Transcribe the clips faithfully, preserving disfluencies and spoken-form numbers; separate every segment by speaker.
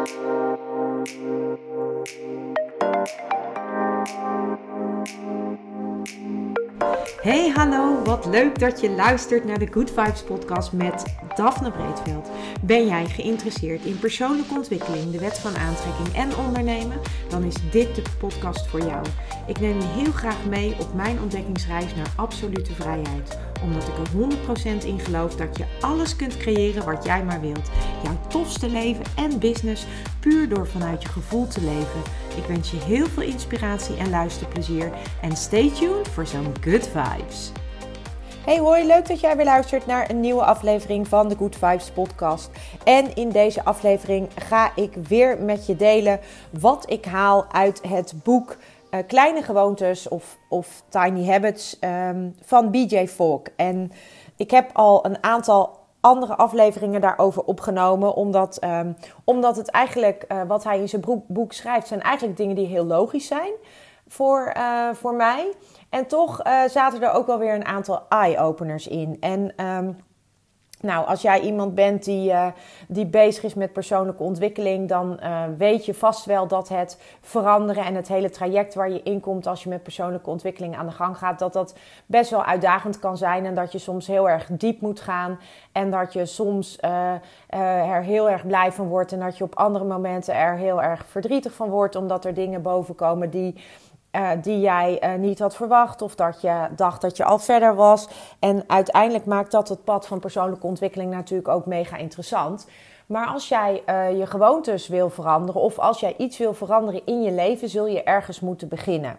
Speaker 1: Hey, hallo, wat leuk dat je luistert naar de Good Vibes podcast met Daphne Breedveld. Ben jij geïnteresseerd in persoonlijke ontwikkeling, de wet van aantrekking en ondernemen? Dan is dit de podcast voor jou. Ik neem je heel graag mee op mijn ontdekkingsreis naar absolute vrijheid. Omdat ik er honderd procent in geloof dat je alles kunt creëren wat jij maar wilt. Jouw tofste leven en business puur door vanuit je gevoel te leven. Ik wens je heel veel inspiratie en luisterplezier. En stay tuned voor zo'n good vibes. Hey hoi, leuk dat jij weer luistert naar een nieuwe aflevering van de Good Vibes podcast. En in deze aflevering ga ik weer met je delen wat ik haal uit het boek uh, Kleine Gewoontes of, of Tiny Habits um, van B J Fogg. En ik heb al een aantal andere afleveringen daarover opgenomen, omdat, um, omdat het eigenlijk, uh, wat hij in zijn boek, boek schrijft, zijn eigenlijk dingen die heel logisch zijn voor, uh, voor mij. En toch uh, zaten er ook wel weer een aantal eye-openers in. En um, nou, als jij iemand bent die, uh, die bezig is met persoonlijke ontwikkeling, dan uh, weet je vast wel dat het veranderen en het hele traject waar je in komt als je met persoonlijke ontwikkeling aan de gang gaat, dat dat best wel uitdagend kan zijn en dat je soms heel erg diep moet gaan en dat je soms uh, uh, er heel erg blij van wordt en dat je op andere momenten er heel erg verdrietig van wordt omdat er dingen boven komen die Uh, die jij uh, niet had verwacht of dat je dacht dat je al verder was. En uiteindelijk maakt dat het pad van persoonlijke ontwikkeling natuurlijk ook mega interessant. Maar als jij uh, je gewoontes wil veranderen of als jij iets wil veranderen in je leven, zul je ergens moeten beginnen.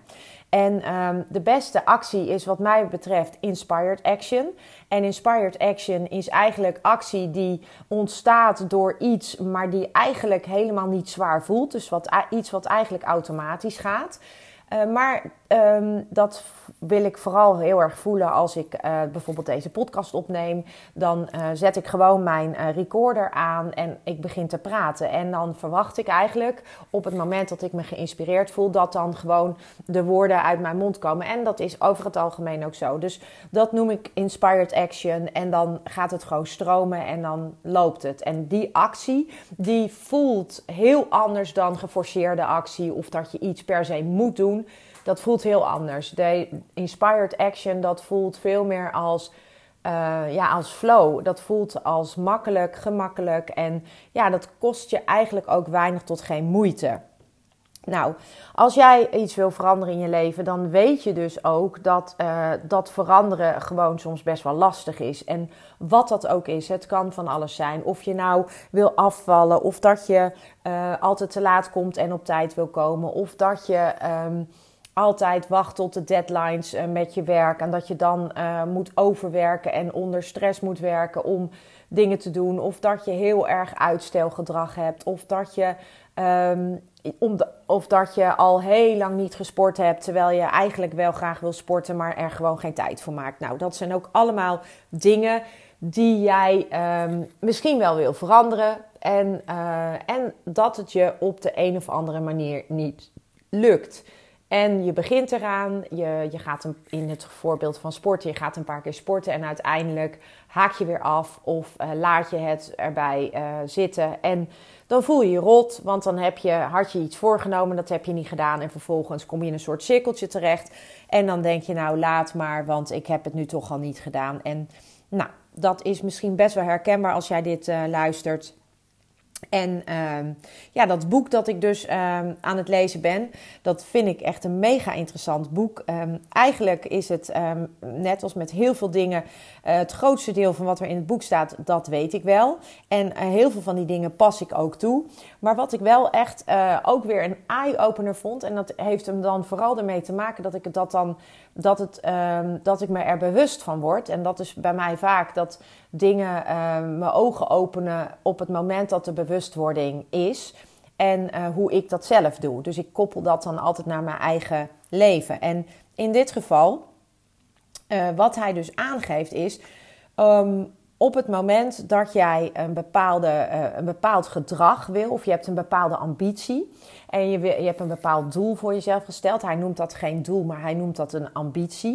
Speaker 1: En um, de beste actie is wat mij betreft inspired action. En inspired action is eigenlijk actie die ontstaat door iets, maar die eigenlijk helemaal niet zwaar voelt. Dus wat, iets wat eigenlijk automatisch gaat. Uh, maar um, dat wil ik vooral heel erg voelen als ik uh, bijvoorbeeld deze podcast opneem. Dan uh, zet ik gewoon mijn uh, recorder aan en ik begin te praten. En dan verwacht ik eigenlijk op het moment dat ik me geïnspireerd voel, dat dan gewoon de woorden uit mijn mond komen. En dat is over het algemeen ook zo. Dus dat noem ik inspired action. En dan gaat het gewoon stromen en dan loopt het. En die actie, die voelt heel anders dan geforceerde actie of dat je iets per se moet doen. Dat voelt heel anders. De inspired action, dat voelt veel meer als, uh, ja, als flow. Dat voelt als makkelijk, gemakkelijk. En ja, dat kost je eigenlijk ook weinig tot geen moeite. Nou, als jij iets wil veranderen in je leven, dan weet je dus ook dat uh, dat veranderen gewoon soms best wel lastig is. En wat dat ook is, het kan van alles zijn. Of je nou wil afvallen, of dat je uh, altijd te laat komt en op tijd wil komen. Of dat je um, altijd wacht tot de deadlines uh, met je werk en dat je dan uh, moet overwerken en onder stress moet werken om dingen te doen. Of dat je heel erg uitstelgedrag hebt, of dat je Um, om de, of dat je al heel lang niet gesport hebt, terwijl je eigenlijk wel graag wil sporten, maar er gewoon geen tijd voor maakt. Nou, dat zijn ook allemaal dingen die jij um, misschien wel wil veranderen. En, uh, en dat het je op de een of andere manier niet lukt. En je begint eraan, je, je gaat een, in het voorbeeld van sporten, je gaat een paar keer sporten en uiteindelijk haak je weer af of uh, laat je het erbij uh, zitten. En dan voel je je rot, want dan heb je, had je iets voorgenomen, dat heb je niet gedaan. En vervolgens kom je in een soort cirkeltje terecht. En dan denk je, nou laat maar, want ik heb het nu toch al niet gedaan. En nou, dat is misschien best wel herkenbaar als jij dit uh, luistert. En uh, ja, dat boek dat ik dus uh, aan het lezen ben, dat vind ik echt een mega interessant boek. Um, eigenlijk is het, um, net als met heel veel dingen, uh, het grootste deel van wat er in het boek staat, dat weet ik wel. En uh, heel veel van die dingen pas ik ook toe. Maar wat ik wel echt uh, ook weer een eye-opener vond, en dat heeft hem dan vooral ermee te maken dat ik het dat dan, dat het, um, dat ik me er bewust van word. En dat is bij mij vaak dat dingen uh, mijn ogen openen op het moment dat de bewustwording is. En uh, hoe ik dat zelf doe. Dus ik koppel dat dan altijd naar mijn eigen leven. En in dit geval, uh, wat hij dus aangeeft is, Um, op het moment dat jij een, bepaalde, uh, een bepaald gedrag wil, of je hebt een bepaalde ambitie en je, wil, je hebt een bepaald doel voor jezelf gesteld. Hij noemt dat geen doel, maar hij noemt dat een ambitie.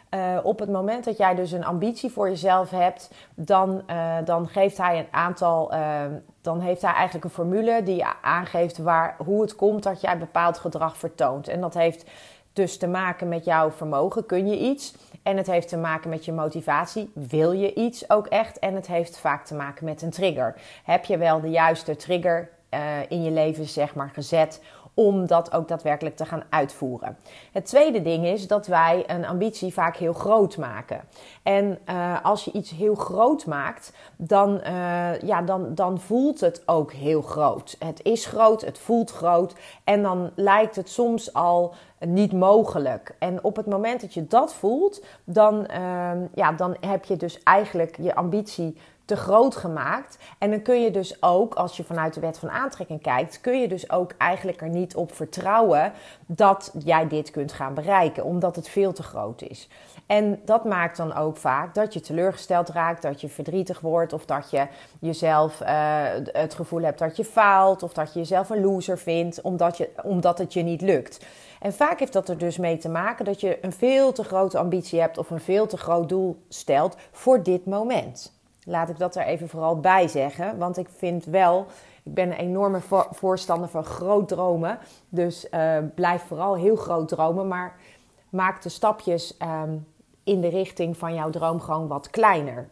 Speaker 2: Uh, op het moment dat jij dus een ambitie voor jezelf hebt, dan, uh, dan geeft hij een aantal, uh, dan heeft hij eigenlijk een formule die aangeeft waar, hoe het komt dat jij bepaald gedrag vertoont. En dat heeft dus te maken met jouw vermogen, kun je iets. En het heeft te maken met je motivatie, wil je iets ook echt. En het heeft vaak te maken met een trigger. Heb je wel de juiste trigger uh, in je leven, zeg maar, gezet om dat ook daadwerkelijk te gaan uitvoeren. Het tweede ding is dat wij een ambitie vaak heel groot maken. En uh, als je iets heel groot maakt, dan, uh, ja, dan, dan voelt het ook heel groot. Het is groot, het voelt groot en dan lijkt het soms al niet mogelijk. En op het moment dat je dat voelt, dan, uh, ja, dan heb je dus eigenlijk je ambitie te groot gemaakt. En dan kun je dus ook, als je vanuit de wet van aantrekking kijkt, kun je dus ook eigenlijk er niet op vertrouwen dat jij dit kunt gaan bereiken, omdat het veel te groot is. En dat maakt dan ook vaak dat je teleurgesteld raakt, dat je verdrietig wordt of dat je jezelf uh, het gevoel hebt dat je faalt of dat je jezelf een loser vindt, omdat, je, omdat het je niet lukt. En vaak heeft dat er dus mee te maken dat je een veel te grote ambitie hebt of een veel te groot doel stelt voor dit moment. Laat ik dat er even vooral bij zeggen, want ik vind wel, ik ben een enorme vo- voorstander van groot dromen. Dus uh, blijf vooral heel groot dromen, maar maak de stapjes um, in de richting van jouw droom gewoon wat kleiner.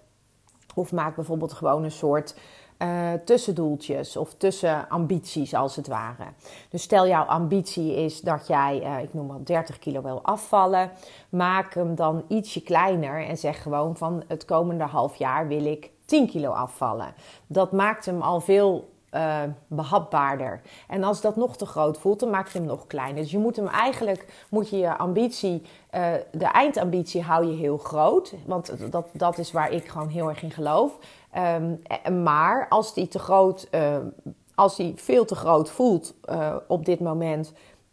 Speaker 2: Of maak bijvoorbeeld gewoon een soort uh, tussendoeltjes of tussenambities als het ware. Dus stel jouw ambitie is dat jij, uh, ik noem maar dertig kilo wil afvallen. Maak hem dan ietsje kleiner en zeg gewoon van het komende half jaar wil ik tien kilo afvallen. Dat maakt hem al veel Uh, behapbaarder. En als dat nog te groot voelt, dan maak je hem nog kleiner. Dus je moet hem eigenlijk, moet je je ambitie, uh, de eindambitie hou je heel groot. Want dat, dat is waar ik gewoon heel erg in geloof. Um, maar als die te groot, uh, als die veel te groot voelt uh, op dit moment,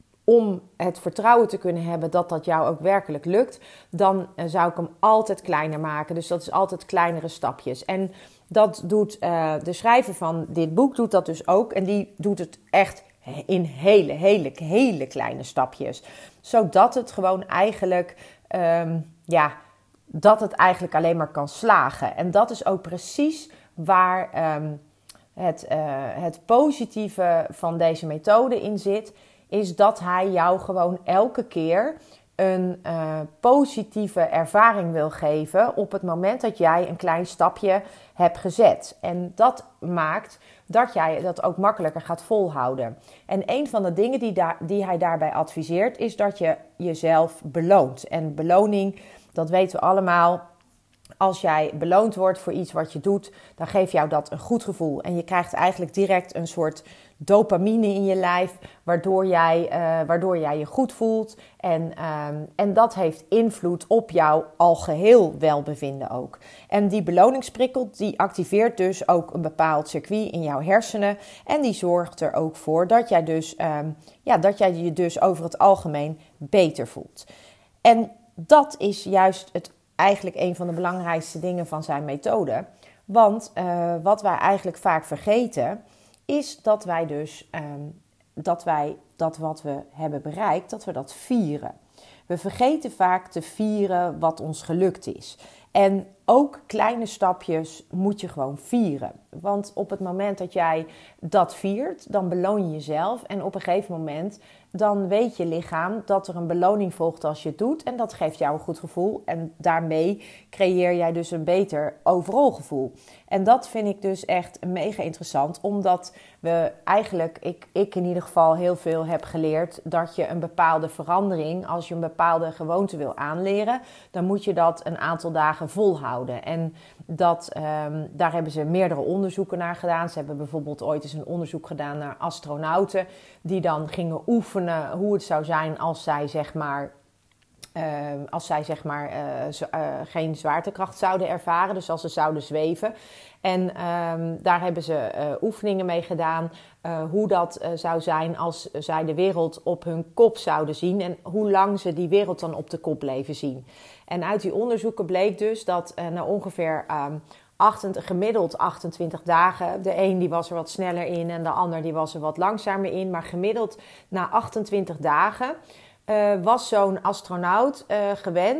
Speaker 2: om het vertrouwen te kunnen hebben dat dat jou ook werkelijk lukt, dan uh, zou ik hem altijd kleiner maken. Dus dat is altijd kleinere stapjes. En dat doet uh, de schrijver van dit boek doet dat dus ook. En die doet het echt in hele, hele, hele kleine stapjes. Zodat het gewoon eigenlijk, um, ja, dat het eigenlijk alleen maar kan slagen. En dat is ook precies waar um, het, uh, het positieve van deze methode in zit. Is dat hij jou gewoon elke keer een uh, positieve ervaring wil geven op het moment dat jij een klein stapje hebt gezet. En dat maakt dat jij dat ook makkelijker gaat volhouden. En een van de dingen die, da- die hij daarbij adviseert is dat je jezelf beloont. En beloning, dat weten we allemaal. Als jij beloond wordt voor iets wat je doet, dan geeft jou dat een goed gevoel. En je krijgt eigenlijk direct een soort dopamine in je lijf, waardoor jij, uh, waardoor jij je goed voelt. En, uh, en dat heeft invloed op jouw algeheel welbevinden ook. En die beloningsprikkel, die activeert dus ook een bepaald circuit in jouw hersenen. En die zorgt er ook voor dat jij, dus, uh, ja, dat jij je dus over het algemeen beter voelt. En dat is juist het eigenlijk een van de belangrijkste dingen van zijn methode. Want uh, wat wij eigenlijk vaak vergeten, is dat wij dus um, dat wij dat wat we hebben bereikt, dat we dat vieren. We vergeten vaak te vieren wat ons gelukt is. En ook kleine stapjes moet je gewoon vieren. Want op het moment dat jij dat viert, dan beloon je jezelf. En op een gegeven moment, dan weet je lichaam dat er een beloning volgt als je het doet. En dat geeft jou een goed gevoel. En daarmee creëer jij dus een beter overal gevoel. En dat vind ik dus echt mega interessant. Omdat we eigenlijk, ik, ik in ieder geval heel veel heb geleerd, dat je een bepaalde verandering, als je een bepaalde gewoonte wil aanleren, dan moet je dat een aantal dagen volhouden. En dat, um, daar hebben ze meerdere onderzoeken naar gedaan. Ze hebben bijvoorbeeld ooit eens een onderzoek gedaan naar astronauten die dan gingen oefenen hoe het zou zijn als zij zeg maar Uh, als zij zeg maar uh, z- uh, geen zwaartekracht zouden ervaren, dus als ze zouden zweven. En um, daar hebben ze uh, oefeningen mee gedaan, uh, hoe dat uh, zou zijn als zij de wereld op hun kop zouden zien en hoe lang ze die wereld dan op de kop bleven zien. En uit die onderzoeken bleek dus dat uh, na ongeveer um, achtentwintig, gemiddeld achtentwintig dagen, de een die was er wat sneller in en de ander die was er wat langzamer in, maar gemiddeld na achtentwintig dagen Uh, was zo'n astronaut uh, gewend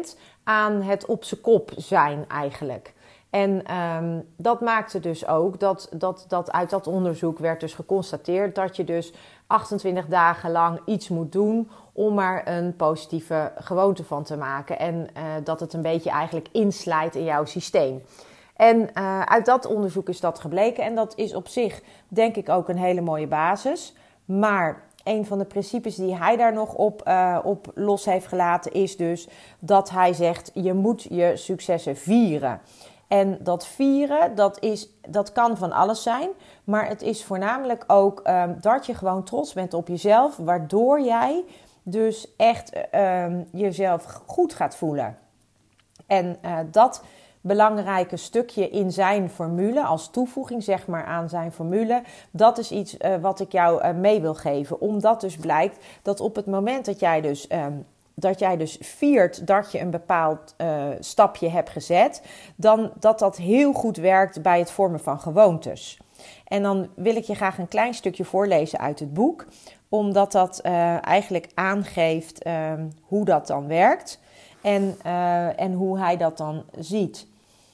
Speaker 2: aan het op z'n kop zijn eigenlijk. En um, dat maakte dus ook dat, dat, dat uit dat onderzoek werd dus geconstateerd dat je dus achtentwintig dagen lang iets moet doen om er een positieve gewoonte van te maken. En uh, dat het een beetje eigenlijk inslijt in jouw systeem. En uh, uit dat onderzoek is dat gebleken. En dat is op zich denk ik ook een hele mooie basis. Maar een van de principes die hij daar nog op, uh, op los heeft gelaten is dus dat hij zegt je moet je successen vieren. En dat vieren, dat, is, dat kan van alles zijn. Maar het is voornamelijk ook um, dat je gewoon trots bent op jezelf. Waardoor jij dus echt um, jezelf goed gaat voelen. En uh, dat belangrijke stukje in zijn formule, als toevoeging zeg maar aan zijn formule, dat is iets uh, wat ik jou uh, mee wil geven. Omdat dus blijkt dat op het moment dat jij dus... Um, dat jij dus viert dat je een bepaald uh, stapje hebt gezet, dan dat dat heel goed werkt bij het vormen van gewoontes. En dan wil ik je graag een klein stukje voorlezen uit het boek, omdat dat uh, eigenlijk aangeeft uh, hoe dat dan werkt en, uh, en hoe hij dat dan ziet.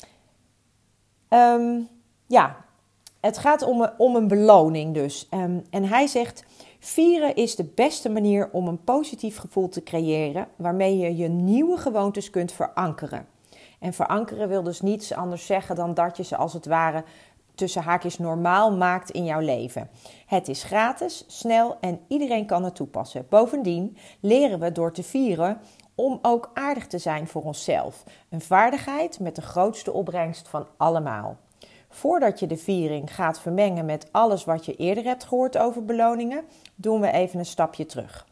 Speaker 2: Um, ja, het gaat om een, om een beloning dus. Um, en hij zegt: vieren is de beste manier om een positief gevoel te creëren, waarmee je je nieuwe gewoontes kunt verankeren. En verankeren wil dus niets anders zeggen dan dat je ze als het ware tussen haakjes normaal maakt in jouw leven. Het is gratis, snel en iedereen kan het toepassen. Bovendien leren we door te vieren om ook aardig te zijn voor onszelf. Een vaardigheid met de grootste opbrengst van allemaal. Voordat je de viering gaat vermengen met alles wat je eerder hebt gehoord over beloningen, doen we even een stapje terug.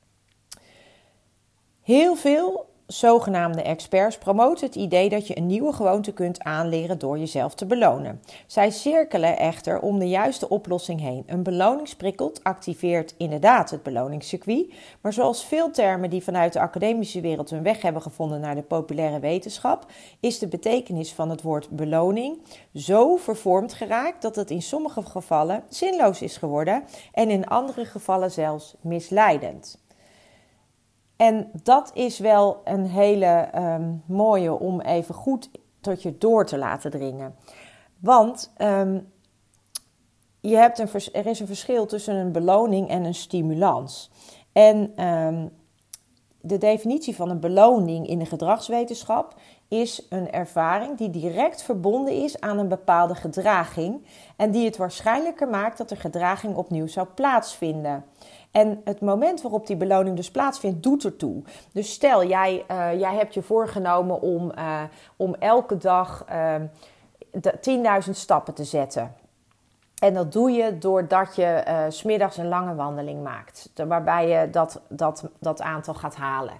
Speaker 2: Heel veel zogenaamde experts promoten het idee dat je een nieuwe gewoonte kunt aanleren door jezelf te belonen. Zij cirkelen echter om de juiste oplossing heen. Een beloningsprikkel activeert inderdaad het beloningscircuit, maar zoals veel termen die vanuit de academische wereld hun weg hebben gevonden naar de populaire wetenschap, is de betekenis van het woord beloning zo vervormd geraakt dat het in sommige gevallen zinloos is geworden en in andere gevallen zelfs misleidend. En dat is wel een hele um, mooie om even goed tot je door te laten dringen. Want um, je hebt een vers- er is een verschil tussen een beloning en een stimulans. En um, de definitie van een beloning in de gedragswetenschap is een ervaring die direct verbonden is aan een bepaalde gedraging en die het waarschijnlijker maakt dat de gedraging opnieuw zou plaatsvinden. En het moment waarop die beloning dus plaatsvindt, doet ertoe. Dus stel, jij, uh, jij hebt je voorgenomen om, uh, om elke dag uh, tienduizend stappen te zetten. En dat doe je doordat je uh, 's middags een lange wandeling maakt. Waarbij je dat, dat, dat aantal gaat halen.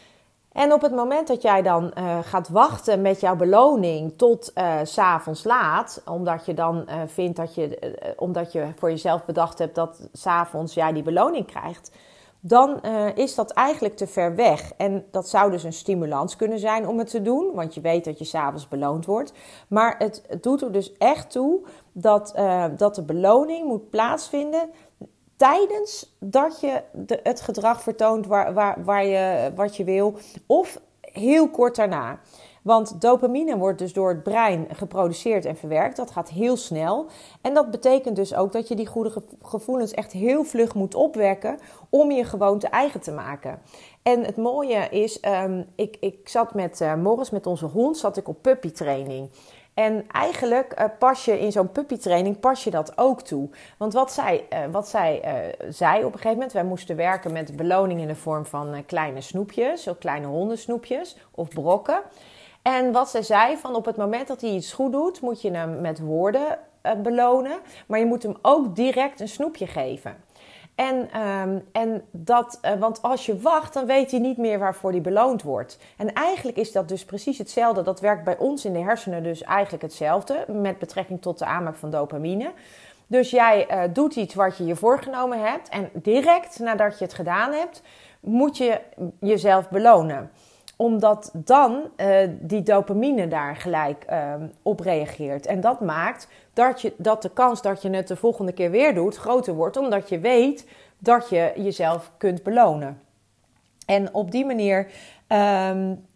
Speaker 2: En op het moment dat jij dan uh, gaat wachten met jouw beloning tot uh, 's avonds laat, omdat je dan uh, vindt dat je, uh, omdat je voor jezelf bedacht hebt dat 's avonds jij die beloning krijgt, dan uh, is dat eigenlijk te ver weg. En dat zou dus een stimulans kunnen zijn om het te doen, want je weet dat je 's avonds beloond wordt. Maar het, het doet er dus echt toe dat, uh, dat de beloning moet plaatsvinden tijdens dat je de, het gedrag vertoont waar, waar, waar je, wat je wil, of heel kort daarna. Want dopamine wordt dus door het brein geproduceerd en verwerkt. Dat gaat heel snel. En dat betekent dus ook dat je die goede gevoelens echt heel vlug moet opwekken om je gewoonte eigen te maken. En het mooie is, um, ik, ik zat met uh, Morris, met onze hond, zat ik op puppytraining. En eigenlijk uh, pas je in zo'n puppytraining, pas je dat ook toe. Want wat zij, uh, wat zij uh, zei op een gegeven moment, wij moesten werken met beloning in de vorm van uh, kleine snoepjes, zo kleine hondensnoepjes of brokken. En wat zij zei, van op het moment dat hij iets goed doet, moet je hem met woorden uh, belonen. Maar je moet hem ook direct een snoepje geven. En, um, en dat, uh, want als je wacht, dan weet hij niet meer waarvoor hij beloond wordt. En eigenlijk is dat dus precies hetzelfde. Dat werkt bij ons in de hersenen dus eigenlijk hetzelfde. Met betrekking tot de aanmaak van dopamine. Dus jij uh, doet iets wat je je voorgenomen hebt. En direct nadat je het gedaan hebt, moet je jezelf belonen. Omdat dan uh, die dopamine daar gelijk uh, op reageert. En dat maakt dat, je, dat de kans dat je het de volgende keer weer doet groter wordt. Omdat je weet dat je jezelf kunt belonen. En op die manier um,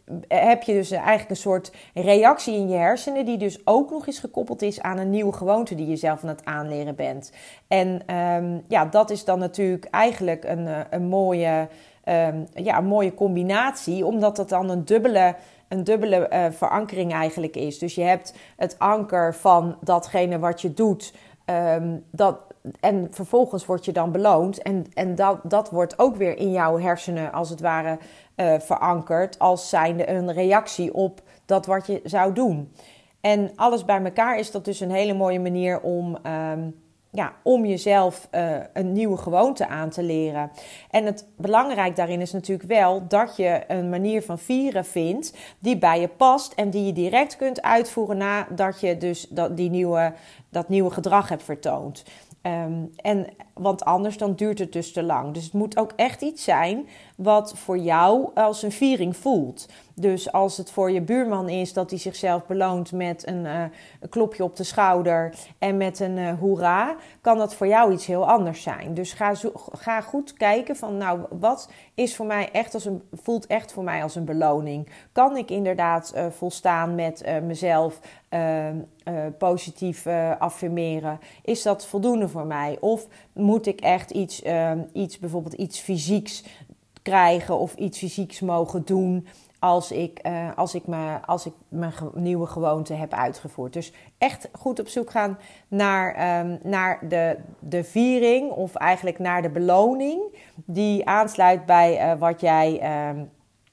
Speaker 2: heb je dus eigenlijk een soort reactie in je hersenen die dus ook nog eens gekoppeld is aan een nieuwe gewoonte die je zelf aan het aanleren bent. En um, ja, dat is dan natuurlijk eigenlijk een, een, mooie, um, ja, een mooie combinatie, omdat het dan een dubbele, een dubbele uh, verankering eigenlijk is. Dus je hebt het anker van datgene wat je doet, um, dat... En vervolgens word je dan beloond. En, en dat, dat wordt ook weer in jouw hersenen als het ware uh, verankerd. Als zijnde een reactie op dat wat je zou doen. En alles bij elkaar is dat dus een hele mooie manier om, um, ja, om jezelf uh, een nieuwe gewoonte aan te leren. En het belangrijk daarin is natuurlijk wel dat je een manier van vieren vindt die bij je past. En die je direct kunt uitvoeren nadat je dus dat, die nieuwe, dat nieuwe gedrag hebt vertoond. Um, en, want anders dan duurt het dus te lang. Dus het moet ook echt iets zijn wat voor jou als een viering voelt. Dus als het voor je buurman is dat hij zichzelf beloont met een, uh, een klopje op de schouder en met een uh, hoera, kan dat voor jou iets heel anders zijn. Dus ga, zo, ga goed kijken van nou, wat is voor mij echt als een, voelt echt voor mij als een beloning? Kan ik inderdaad uh, volstaan met uh, mezelf uh, uh, positief uh, affirmeren? Is dat voldoende voor mij? Of moet ik echt iets, uh, iets bijvoorbeeld iets fysieks krijgen of iets fysieks mogen doen als ik, uh, als ik, me, als ik mijn ge- nieuwe gewoonte heb uitgevoerd. Dus echt goed op zoek gaan naar, um, naar de, de viering of eigenlijk naar de beloning die aansluit bij uh, wat jij, um,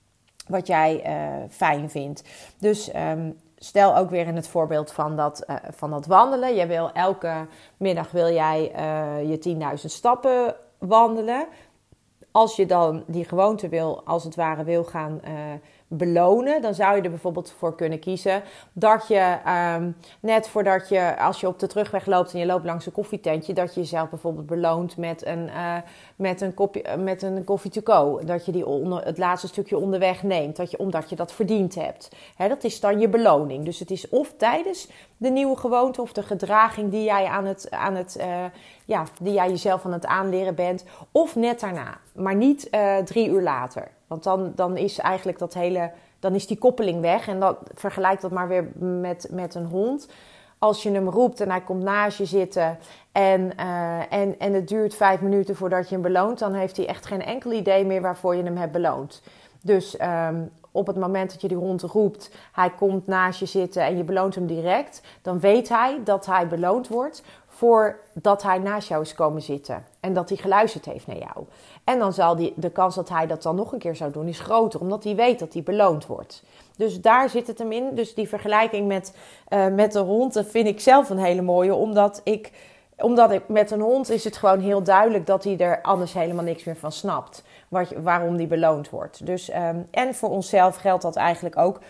Speaker 2: wat jij uh, fijn vindt. Dus um, stel ook weer in het voorbeeld van dat, uh, van dat wandelen. Je wil elke middag wil jij uh, je tienduizend stappen wandelen. Als je dan die gewoonte wil, als het ware wil gaan uh, belonen, dan zou je er bijvoorbeeld voor kunnen kiezen dat je um, net voordat je, als je op de terugweg loopt en je loopt langs een koffietentje, dat je jezelf bijvoorbeeld beloont met een, uh, met een, kopje, met een coffee to go. Dat je die onder, het laatste stukje onderweg neemt, dat je, omdat je dat verdiend hebt. Hè, dat is dan je beloning. Dus het is of tijdens de nieuwe gewoonte of de gedraging die jij aan het, aan het uh, ja, die jij jezelf aan het aanleren bent, of net daarna, maar niet uh, drie uur later. Want dan, dan is eigenlijk dat hele, dan is die koppeling weg. En dat, vergelijk dat maar weer met, met een hond. Als je hem roept en hij komt naast je zitten en, uh, en, en het duurt vijf minuten voordat je hem beloont, dan heeft hij echt geen enkel idee meer waarvoor je hem hebt beloond. Dus um, op het moment dat je die hond roept, hij komt naast je zitten en je beloont hem direct, dan weet hij dat hij beloond wordt voordat hij naast jou is komen zitten. En dat hij geluisterd heeft naar jou. En dan zal die, de kans dat hij dat dan nog een keer zou doen is groter, omdat hij weet dat hij beloond wordt. Dus daar zit het hem in. Dus die vergelijking met, uh, met de hond, dat vind ik zelf een hele mooie, omdat ik, omdat ik met een hond is het gewoon heel duidelijk dat hij er anders helemaal niks meer van snapt. Wat, waarom die beloond wordt. Dus, um, en voor onszelf geldt dat eigenlijk ook.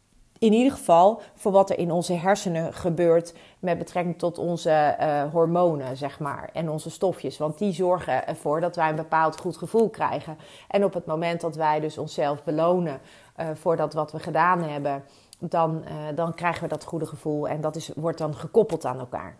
Speaker 2: In ieder geval voor wat er in onze hersenen gebeurt met betrekking tot onze uh, hormonen, zeg maar, en onze stofjes. Want die zorgen ervoor dat wij een bepaald goed gevoel krijgen. En op het moment dat wij dus onszelf belonen uh, voor dat wat we gedaan hebben, dan, uh, dan krijgen we dat goede gevoel en dat is, wordt dan gekoppeld aan elkaar.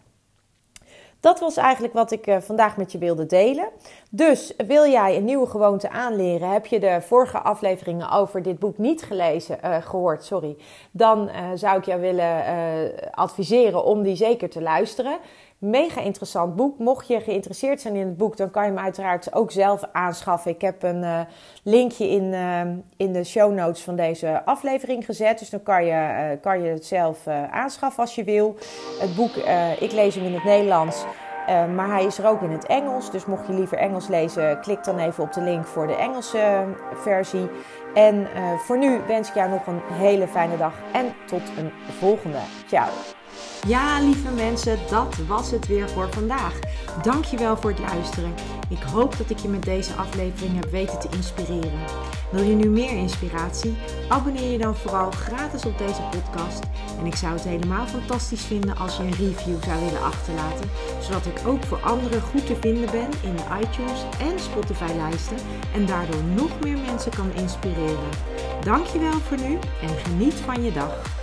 Speaker 2: Dat was eigenlijk wat ik uh, vandaag met je wilde delen. Dus wil jij een nieuwe gewoonte aanleren, heb je de vorige afleveringen over dit boek niet gelezen, uh, gehoord, sorry. Dan uh, zou ik jou willen uh, adviseren om die zeker te luisteren. Mega interessant boek. Mocht je geïnteresseerd zijn in het boek, dan kan je hem uiteraard ook zelf aanschaffen. Ik heb een uh, linkje in, uh, in de show notes van deze aflevering gezet. Dus dan kan je, uh, kan je het zelf uh, aanschaffen als je wil. Het boek, uh, ik lees hem in het Nederlands, uh, maar hij is er ook in het Engels. Dus mocht je liever Engels lezen, klik dan even op de link voor de Engelse uh, versie. En uh, voor nu wens ik jou nog een hele fijne dag en tot een volgende. Ciao!
Speaker 1: Ja, lieve mensen, dat was het weer voor vandaag. Dankjewel voor het luisteren. Ik hoop dat ik je met deze aflevering heb weten te inspireren. Wil je nu meer inspiratie? Abonneer je dan vooral gratis op deze podcast. En ik zou het helemaal fantastisch vinden als je een review zou willen achterlaten, zodat ik ook voor anderen goed te vinden ben in de iTunes en Spotify lijsten en daardoor nog meer mensen kan inspireren. Dankjewel voor nu en geniet van je dag.